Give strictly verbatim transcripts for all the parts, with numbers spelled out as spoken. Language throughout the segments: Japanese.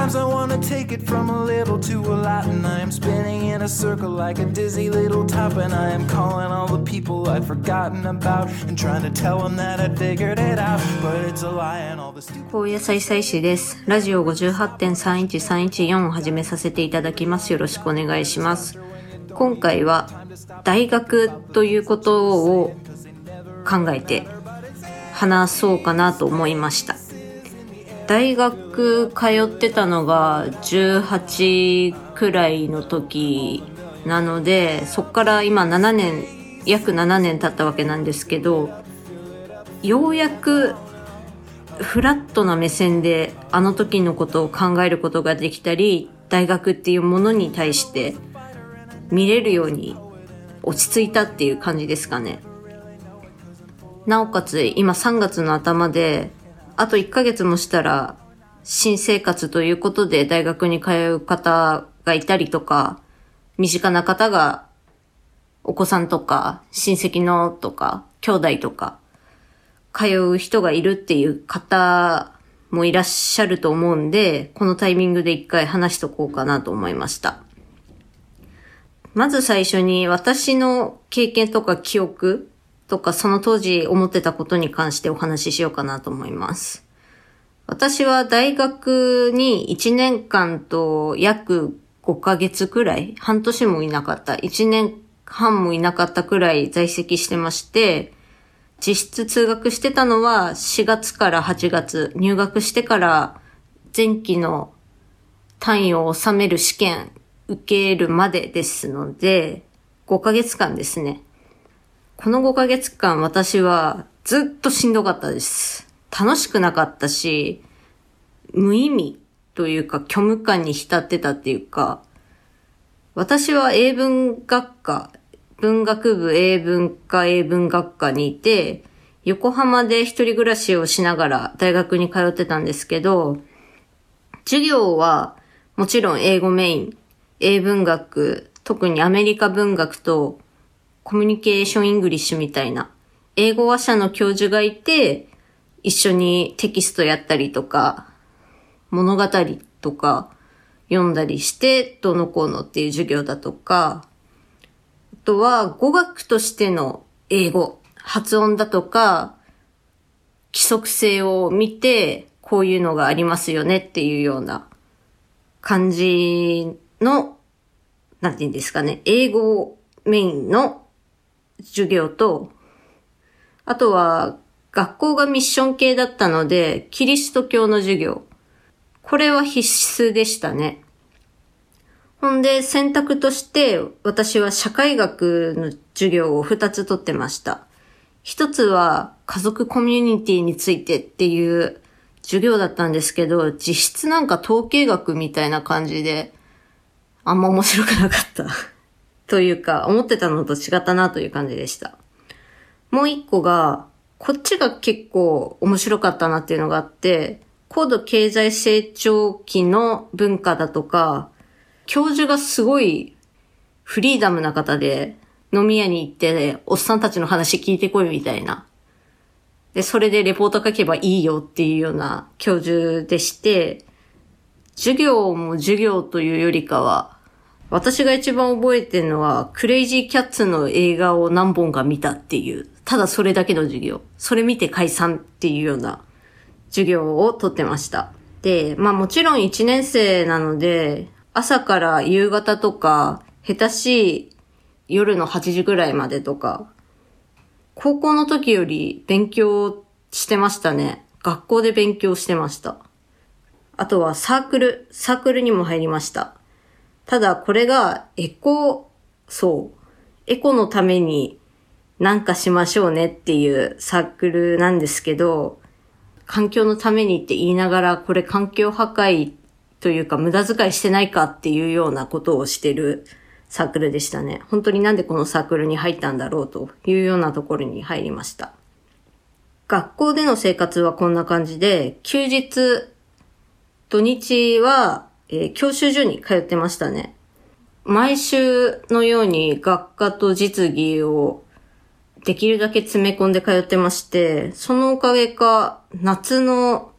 Sometimes I wanna take it from a little to a lot, and I am spinning in a circle like a dizzy little top, and I am calling all the people I'd forgotten about and trying to tell them that I figured it out, but it's a lie and all the stupid. 高野菜菜師です。ラジオ ごじゅうはちてんさんいちさんいちよん を始めさせていただきます。よろしくお願いします。今回は大学ということを考えて話そうかなと思いました。大学通ってたのがじゅうはちくらいの時なので、そっから今ななねん、約ななねん経ったわけなんですけど、ようやくフラットな目線であの時のことを考えることができたり、大学っていうものに対して見れるように落ち着いたっていう感じですかね。なおかつ今さんがつの頭で、あといっかげつもしたら新生活ということで大学に通う方がいたりとか、身近な方がお子さんとか親戚のとか兄弟とか通う人がいるっていう方もいらっしゃると思うんで、このタイミングで一回話しとこうかなと思いました。まず最初に私の経験とか記憶とかその当時思ってたことに関してお話ししようかなと思います。私は大学にいちねんかんと約ごかげつくらい、半年もいなかった、いちねんはんもいなかったくらい在籍してまして、実質通学してたのはしがつからはちがつ、入学してから前期の単位を収める試験受けるまでですので、ごかげつかんですね。このごかげつかん私はずっとしんどかったです。楽しくなかったし、無意味というか虚無感に浸ってたっていうか、私は英文学科、文学部英文科英文学科にいて、横浜で一人暮らしをしながら大学に通ってたんですけど、授業はもちろん英語メイン、英文学、特にアメリカ文学とコミュニケーションイングリッシュみたいな英語話者の教授がいて、一緒にテキストやったりとか物語とか読んだりしてどうのこうのっていう授業だとか、あとは語学としての英語、発音だとか規則性を見てこういうのがありますよねっていうような感じの、なんて言うんですかね、英語メインの授業と、あとは学校がミッション系だったので、キリスト教の授業。これは必須でしたね。ほんで選択として私は社会学の授業をふたつ取ってました。一つは家族コミュニティについてっていう授業だったんですけど、実質なんか統計学みたいな感じで、あんま面白くなかった。というか、思ってたのと違ったなという感じでした。もう一個が、こっちが結構面白かったなっていうのがあって、高度経済成長期の文化だとか、教授がすごいフリーダムな方で、飲み屋に行って、おっさんたちの話聞いてこいみたいな。で、それでレポート書けばいいよっていうような教授でして、授業も授業というよりかは、私が一番覚えてるのは、クレイジーキャッツの映画を何本か見たっていう、ただそれだけの授業。それ見て解散っていうような授業を取ってました。で、まあもちろんいちねん生なので、朝から夕方とか、下手しい夜のはちじぐらいまでとか、高校の時より勉強してましたね。学校で勉強してました。あとはサークル、サークルにも入りました。ただこれがエコ、そう、エコのためになんかしましょうねっていうサークルなんですけど、環境のためにって言いながらこれ環境破壊というか無駄遣いしてないかっていうようなことをしてるサークルでしたね。本当になんでこのサークルに入ったんだろうというようなところに入りました。学校での生活はこんな感じで、休日、土日はえー、教習所に通ってましたね。毎週のように学科と実技をできるだけ詰め込んで通ってまして、そのおかげか夏の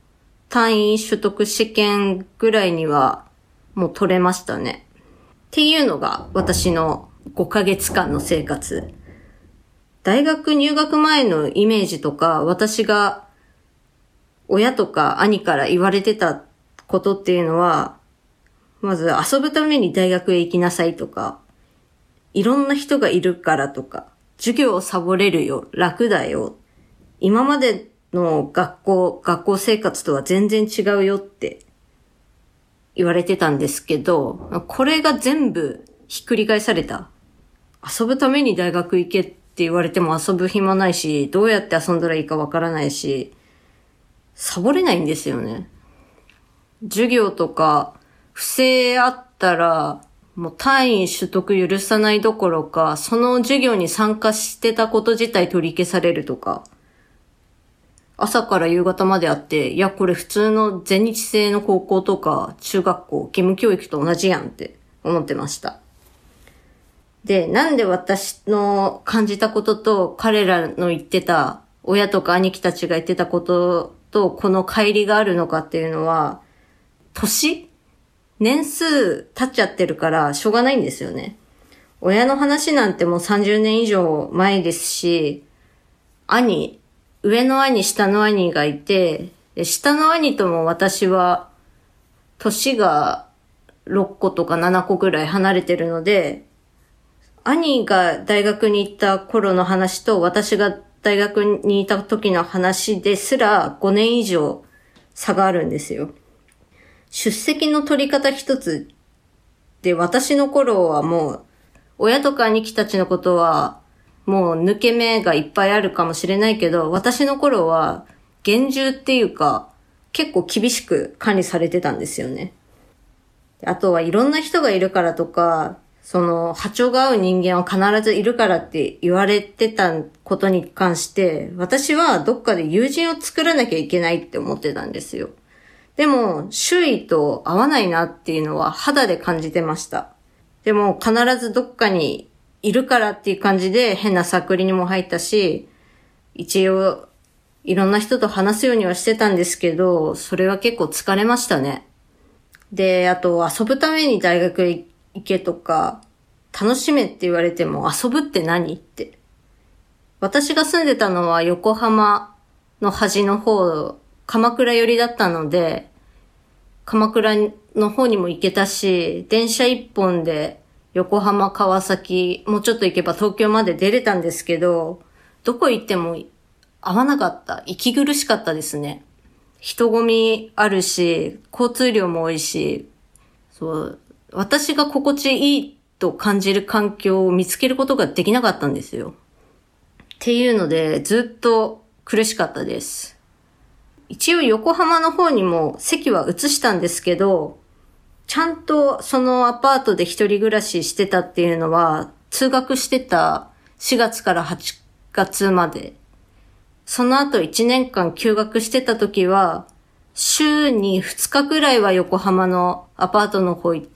単位取得試験ぐらいにはもう取れましたね。っていうのが私のごかげつかんの生活。大学入学前のイメージとか、私が親とか兄から言われてたことっていうのは、まず遊ぶために大学へ行きなさいとか、いろんな人がいるからとか、授業をサボれるよ、楽だよ、今までの学校、学校生活とは全然違うよって言われてたんですけど、これが全部ひっくり返された。遊ぶために大学行けって言われても遊ぶ暇ないし、どうやって遊んだらいいかわからないし、サボれないんですよね。授業とか不正あったら、もう単位取得許さないどころか、その授業に参加してたこと自体取り消されるとか、朝から夕方まであって、いやこれ普通の全日制の高校とか中学校、義務教育と同じやんって思ってました。で、なんで私の感じたことと彼らの言ってた、親とか兄貴たちが言ってたこととこの乖離があるのかっていうのは、年年数経っちゃってるからしょうがないんですよね。親の話なんてもうさんじゅうねん以上前ですし、兄、上の兄、下の兄がいて、下の兄とも私は年がろっことかななこぐらい離れてるので、兄が大学に行った頃の話と私が大学にいた時の話ですらごねん以上差があるんですよ。出席の取り方一つで、私の頃はもう親とか兄貴たちのことはもう抜け目がいっぱいあるかもしれないけど、私の頃は厳重っていうか結構厳しく管理されてたんですよね。あとはいろんな人がいるからとか、その波長が合う人間は必ずいるからって言われてたことに関して、私はどっかで友人を作らなきゃいけないって思ってたんですよ。でも周囲と合わないなっていうのは肌で感じてました。でも必ずどっかにいるからっていう感じで変なサークルにも入ったし、一応いろんな人と話すようにはしてたんですけど、それは結構疲れましたね。で、あと遊ぶために大学へ行けとか、楽しめって言われても遊ぶって何って。私が住んでたのは横浜の端の方、鎌倉寄りだったので、鎌倉の方にも行けたし、電車一本で横浜、川崎、もうちょっと行けば東京まで出れたんですけど、どこ行っても合わなかった。息苦しかったですね。人混みあるし、交通量も多いし、そう、私が心地いいと感じる環境を見つけることができなかったんですよ。っていうので、ずっと苦しかったです。一応横浜の方にも席は移したんですけど、ちゃんとそのアパートで一人暮らししてたっていうのは、通学してたしがつからはちがつまで。その後いちねんかん休学してた時は、週にふつかくらいは横浜のアパートの方行って、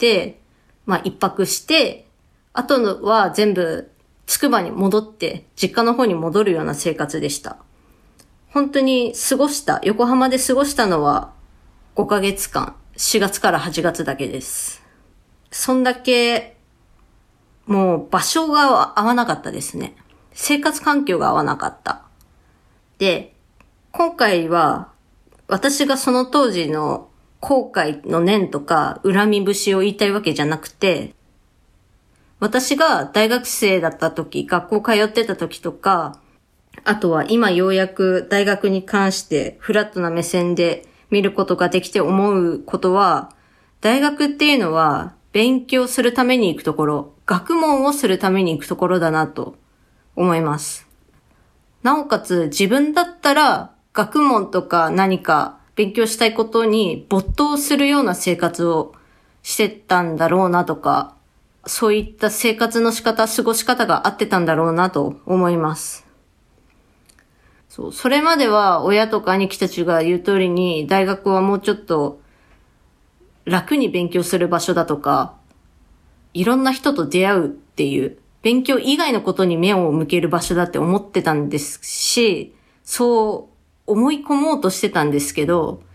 まあ一泊して、あとのは全部つくばに戻って、実家の方に戻るような生活でした。本当に過ごした、横浜で過ごしたのはごかげつかん、しがつからはちがつだけです。そんだけ、もう場所が合わなかったですね。生活環境が合わなかった。で、今回は私がその当時の後悔の念とか恨み節を言いたいわけじゃなくて、私が大学生だった時、学校通ってた時とか、あとは今ようやく大学に関してフラットな目線で見ることができて思うことは、大学っていうのは勉強するために行くところ、学問をするために行くところだなと思います。なおかつ自分だったら学問とか何か勉強したいことに没頭するような生活をしてたんだろうなとか、そういった生活の仕方、過ごし方が合ってたんだろうなと思います。そう、それまでは親とか兄貴たちが言う通りに大学はもうちょっと楽に勉強する場所だとか、いろんな人と出会うっていう勉強以外のことに目を向ける場所だって思ってたんですし、そう思い込もうとしてたんですけど、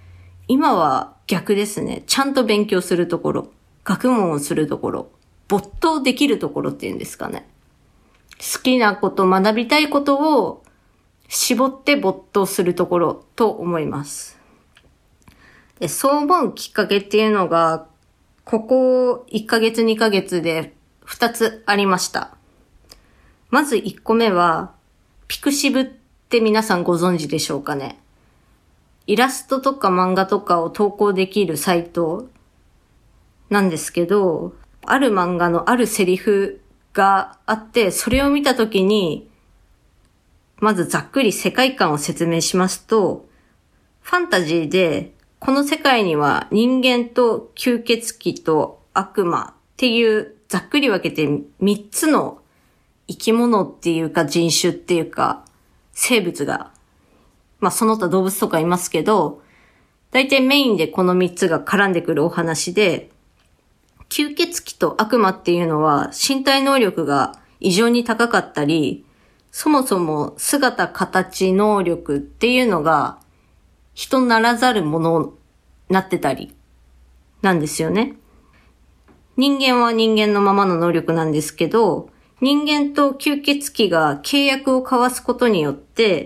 今は逆ですね。ちゃんと勉強するところ、学問をするところ、没頭できるところっていうんですかね。好きなこと、学びたいことを絞って没頭するところと思います。で、そう思うきっかけっていうのが、ここいっかげつにかげつでふたつありました。まずいっこめは、ピクシブって皆さんご存知でしょうかね。イラストとか漫画とかを投稿できるサイトなんですけど、ある漫画のあるセリフがあって、それを見たときに、まずざっくり世界観を説明しますと、ファンタジーで、この世界には人間と吸血鬼と悪魔っていうざっくり分けてみっつの生き物っていうか人種っていうか生物が、まあその他動物とかいますけど、大体メインでこのみっつが絡んでくるお話で、吸血鬼と悪魔っていうのは身体能力が異常に高かったり、そもそも姿形能力っていうのが人ならざるものになってたりなんですよね。人間は人間のままの能力なんですけど、人間と吸血鬼が契約を交わすことによって、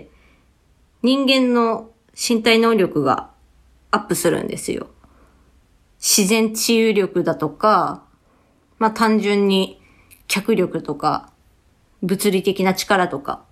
人間の身体能力がアップするんですよ。自然治癒力だとか、まあ単純に脚力とか、物理的な力とか。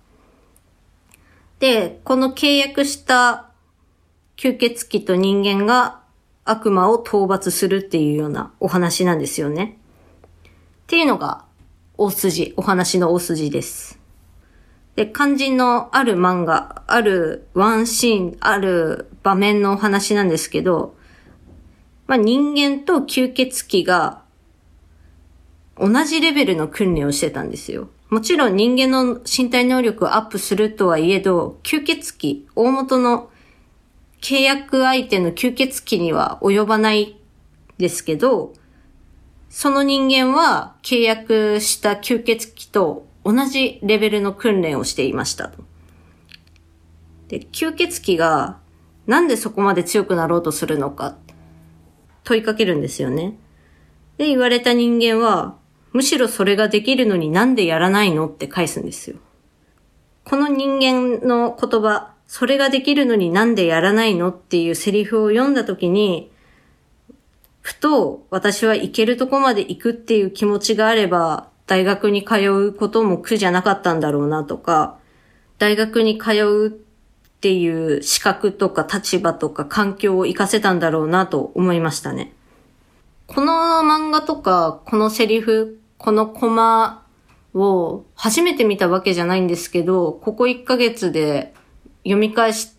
で、この契約した吸血鬼と人間が悪魔を討伐するっていうようなお話なんですよね。っていうのが大筋、お話の大筋です。で、肝心のある漫画、あるワンシーン、ある場面のお話なんですけど、まあ人間と吸血鬼が同じレベルの訓練をしてたんですよ。もちろん人間の身体能力をアップするとはいえど、吸血鬼、大元の契約相手の吸血鬼には及ばないですけど、その人間は契約した吸血鬼と同じレベルの訓練をしていましたと。で、吸血鬼がなんでそこまで強くなろうとするのか問いかけるんですよね。で、言われた人間は、むしろそれができるのになんでやらないのって返すんですよ。この人間の言葉、それができるのになんでやらないのっていうセリフを読んだときに、ふと私は行けるとこまで行くっていう気持ちがあれば、大学に通うことも苦じゃなかったんだろうなとか、大学に通うっていう資格とか立場とか環境を活かせたんだろうなと思いましたね。この漫画とか、このセリフ、このコマを初めて見たわけじゃないんですけど、ここいっかげつで読み返して、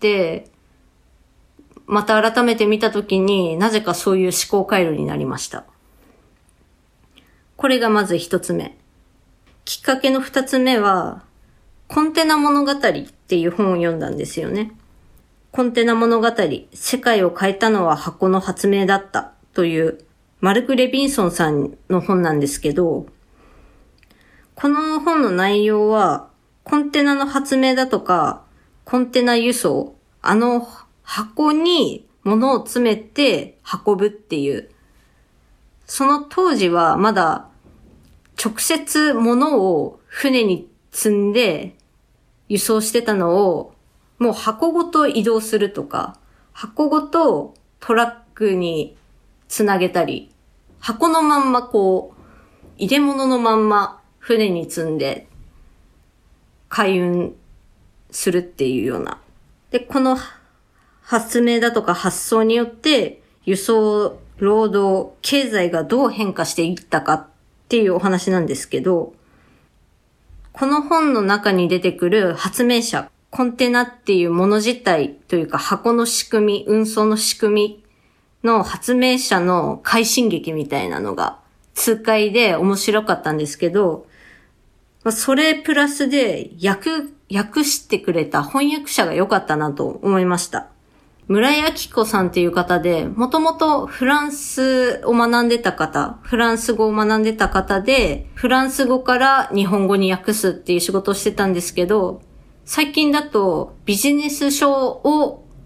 また改めて見たときになぜかそういう思考回路になりました。これがまず一つ目。きっかけの二つ目は、コンテナ物語っていう本を読んだんですよね。コンテナ物語、世界を変えたのは箱の発明だったというマルク・レビンソンさんの本なんですけど、この本の内容はコンテナの発明だとか、コンテナ輸送、あの箱に物を詰めて運ぶっていう、その当時はまだ直接物を船に積んで輸送してたのをもう箱ごと移動するとか、箱ごとトラックにつなげたり、箱のまんまこう入れ物のまんま船に積んで海運するっていうような。で、この発明だとか発想によって輸送、労働、経済がどう変化していったかっていうお話なんですけど、この本の中に出てくる発明者、コンテナっていうもの自体というか箱の仕組み、運送の仕組みの発明者の快進撃みたいなのが痛快で面白かったんですけど、それプラスで訳、訳してくれた翻訳者が良かったなと思いました。村井明子さんっていう方で、もともとフランスを学んでた方、フランス語を学んでた方で、フランス語から日本語に訳すっていう仕事をしてたんですけど、最近だとビジネス書を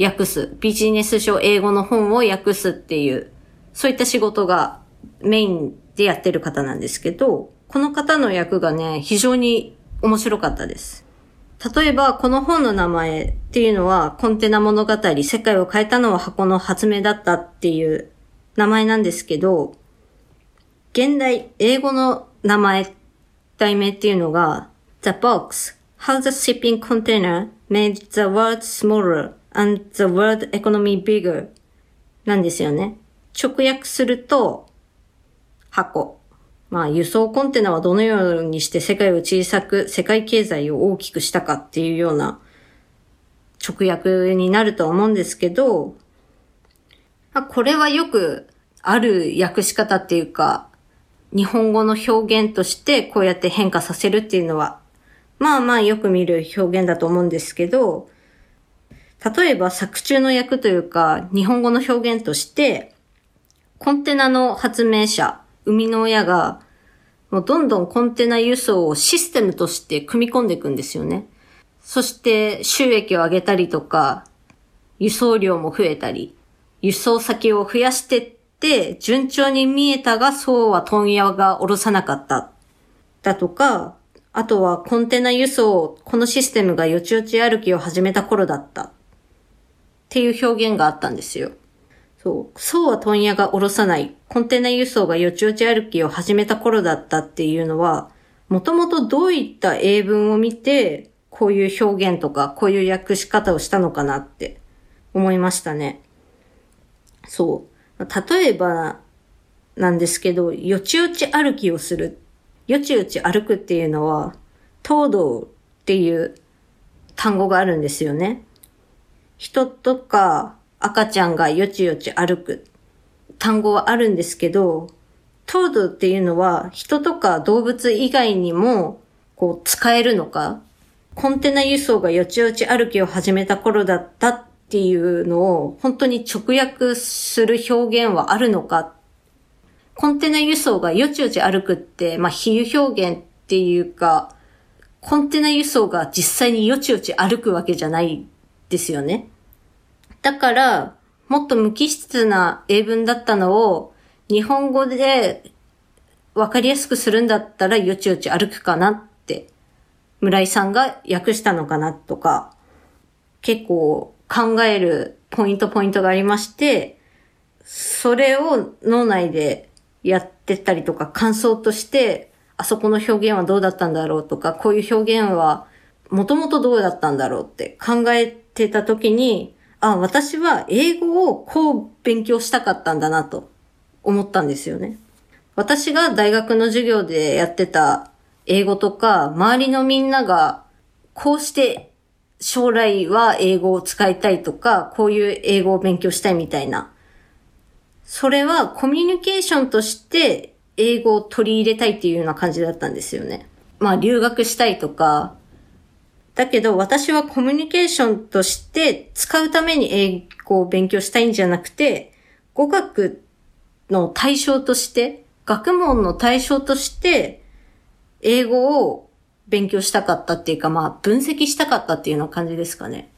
訳す、ビジネス書英語の本を訳すっていう、そういった仕事がメインでやってる方なんですけど、この方の訳がね、非常に面白かったです。例えば、この本の名前っていうのは、コンテナ物語、世界を変えたのは箱の発明だったっていう名前なんですけど、現代、英語の名前、題名っていうのが、The Box, How the Shipping Container Made the World Smaller and the World Economy Bigger なんですよね。直訳すると、箱。まあ、輸送コンテナはどのようにして世界を小さく、世界経済を大きくしたかっていうような直訳になると思うんですけど、これはよくある訳し方っていうか、日本語の表現としてこうやって変化させるっていうのは、まあまあよく見る表現だと思うんですけど、例えば作中の訳というか、日本語の表現として、コンテナの発明者、生みの親が、もうどんどんコンテナ輸送をシステムとして組み込んでいくんですよね。そして収益を上げたりとか、輸送量も増えたり、輸送先を増やしてって、順調に見えたが、そうは問屋が下ろさなかった。だとか、あとはコンテナ輸送、このシステムがよちよち歩きを始めた頃だった。っていう表現があったんですよ。そう。そうは問屋が下ろさない。コンテナ輸送がよちよち歩きを始めた頃だったっていうのは、もともとどういった英文を見て、こういう表現とか、こういう訳し方をしたのかなって思いましたね。そう。例えばなんですけど、よちよち歩きをする。よちよち歩くっていうのは、東道っていう単語があるんですよね。人とか、赤ちゃんがよちよち歩く単語はあるんですけど、東道っていうのは人とか動物以外にもこう使えるのか、コンテナ輸送がよちよち歩きを始めた頃だったっていうのを本当に直訳する表現はあるのか。コンテナ輸送がよちよち歩くって、まあ比喩表現っていうか、コンテナ輸送が実際によちよち歩くわけじゃないですよね。だから、もっと無機質な英文だったのを、日本語で分かりやすくするんだったら、よちよち歩くかなって、村井さんが訳したのかなとか、結構考えるポイントポイントがありまして、それを脳内でやってたりとか、感想として、あそこの表現はどうだったんだろうとか、こういう表現はもともとどうだったんだろうって考えてた時に、あ、私は英語をこう勉強したかったんだなと思ったんですよね。私が大学の授業でやってた英語とか、周りのみんながこうして将来は英語を使いたいとか、こういう英語を勉強したいみたいな。それはコミュニケーションとして英語を取り入れたいっていうような感じだったんですよね。まあ留学したいとか、だけど私はコミュニケーションとして使うために英語を勉強したいんじゃなくて、語学の対象として、学問の対象として英語を勉強したかったっていうか、まあ分析したかったっていうような感じですかね。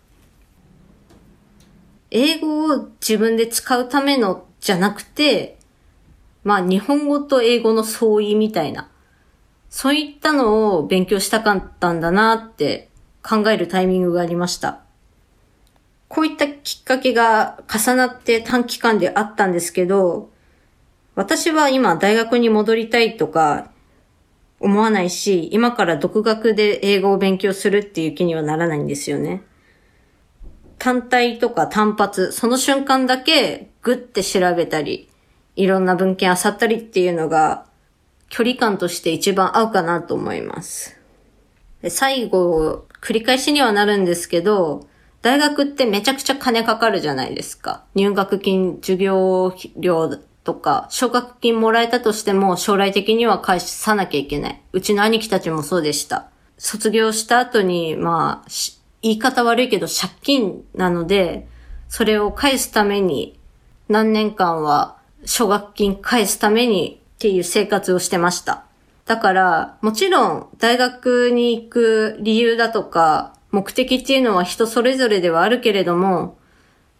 英語を自分で使うためのじゃなくて、まあ日本語と英語の相違みたいな、そういったのを勉強したかったんだなって考えるタイミングがありました。こういったきっかけが重なって短期間であったんですけど、私は今大学に戻りたいとか思わないし、今から独学で英語を勉強するっていう気にはならないんですよね。単体とか単発、その瞬間だけグッて調べたり、いろんな文献漁ったりっていうのが距離感として一番合うかなと思います。で最後、繰り返しにはなるんですけど、大学ってめちゃくちゃ金かかるじゃないですか。入学金、授業料とか、奨学金もらえたとしても将来的には返さなきゃいけない。うちの兄貴たちもそうでした。卒業した後に、まあ、言い方悪いけど借金なので、それを返すために、何年間は奨学金返すためにっていう生活をしてました。だから、もちろん大学に行く理由だとか目的っていうのは人それぞれではあるけれども、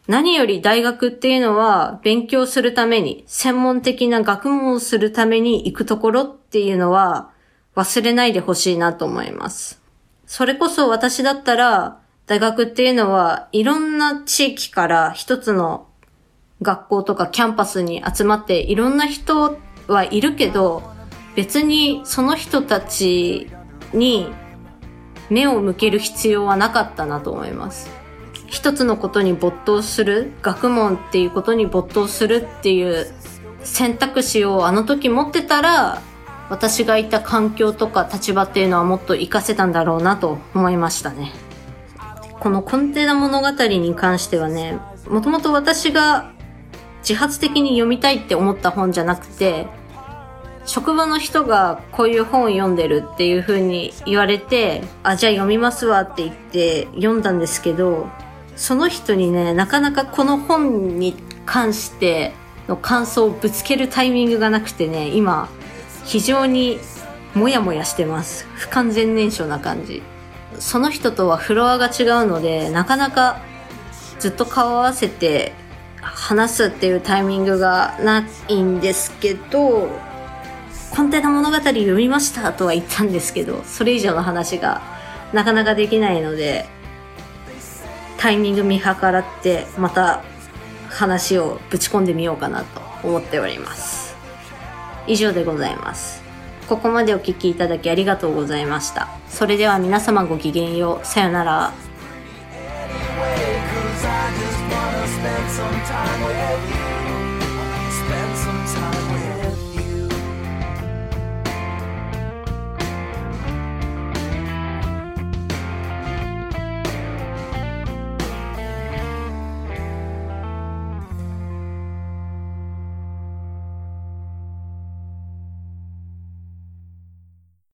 何より大学っていうのは勉強するために、専門的な学問をするために行くところっていうのは忘れないでほしいなと思います。それこそ私だったら大学っていうのはいろんな地域から一つの学校とかキャンパスに集まっていろんな人はいるけど、別にその人たちに目を向ける必要はなかったなと思います。一つのことに没頭する、学問っていうことに没頭するっていう選択肢をあの時持ってたら、私がいた環境とか立場っていうのはもっと活かせたんだろうなと思いましたね。このコンテナ物語に関してはね、もともと私が自発的に読みたいって思った本じゃなくて、職場の人がこういう本を読んでるっていう風に言われて、あ、じゃあ読みますわって言って読んだんですけど、その人にね、なかなかこの本に関しての感想をぶつけるタイミングがなくてね、今非常にモヤモヤしてます。不完全燃焼な感じ。その人とはフロアが違うので、なかなかずっと顔を合わせて話すっていうタイミングがないんですけど、コンテナ物語読みましたとは言ったんですけど、それ以上の話がなかなかできないので、タイミング見計らってまた話をぶち込んでみようかなと思っております。以上でございます。ここまでお聞きいただきありがとうございました。それでは皆様ごきげんよう。さよなら。 Anyway, 'cause I just wanna spend some time with you.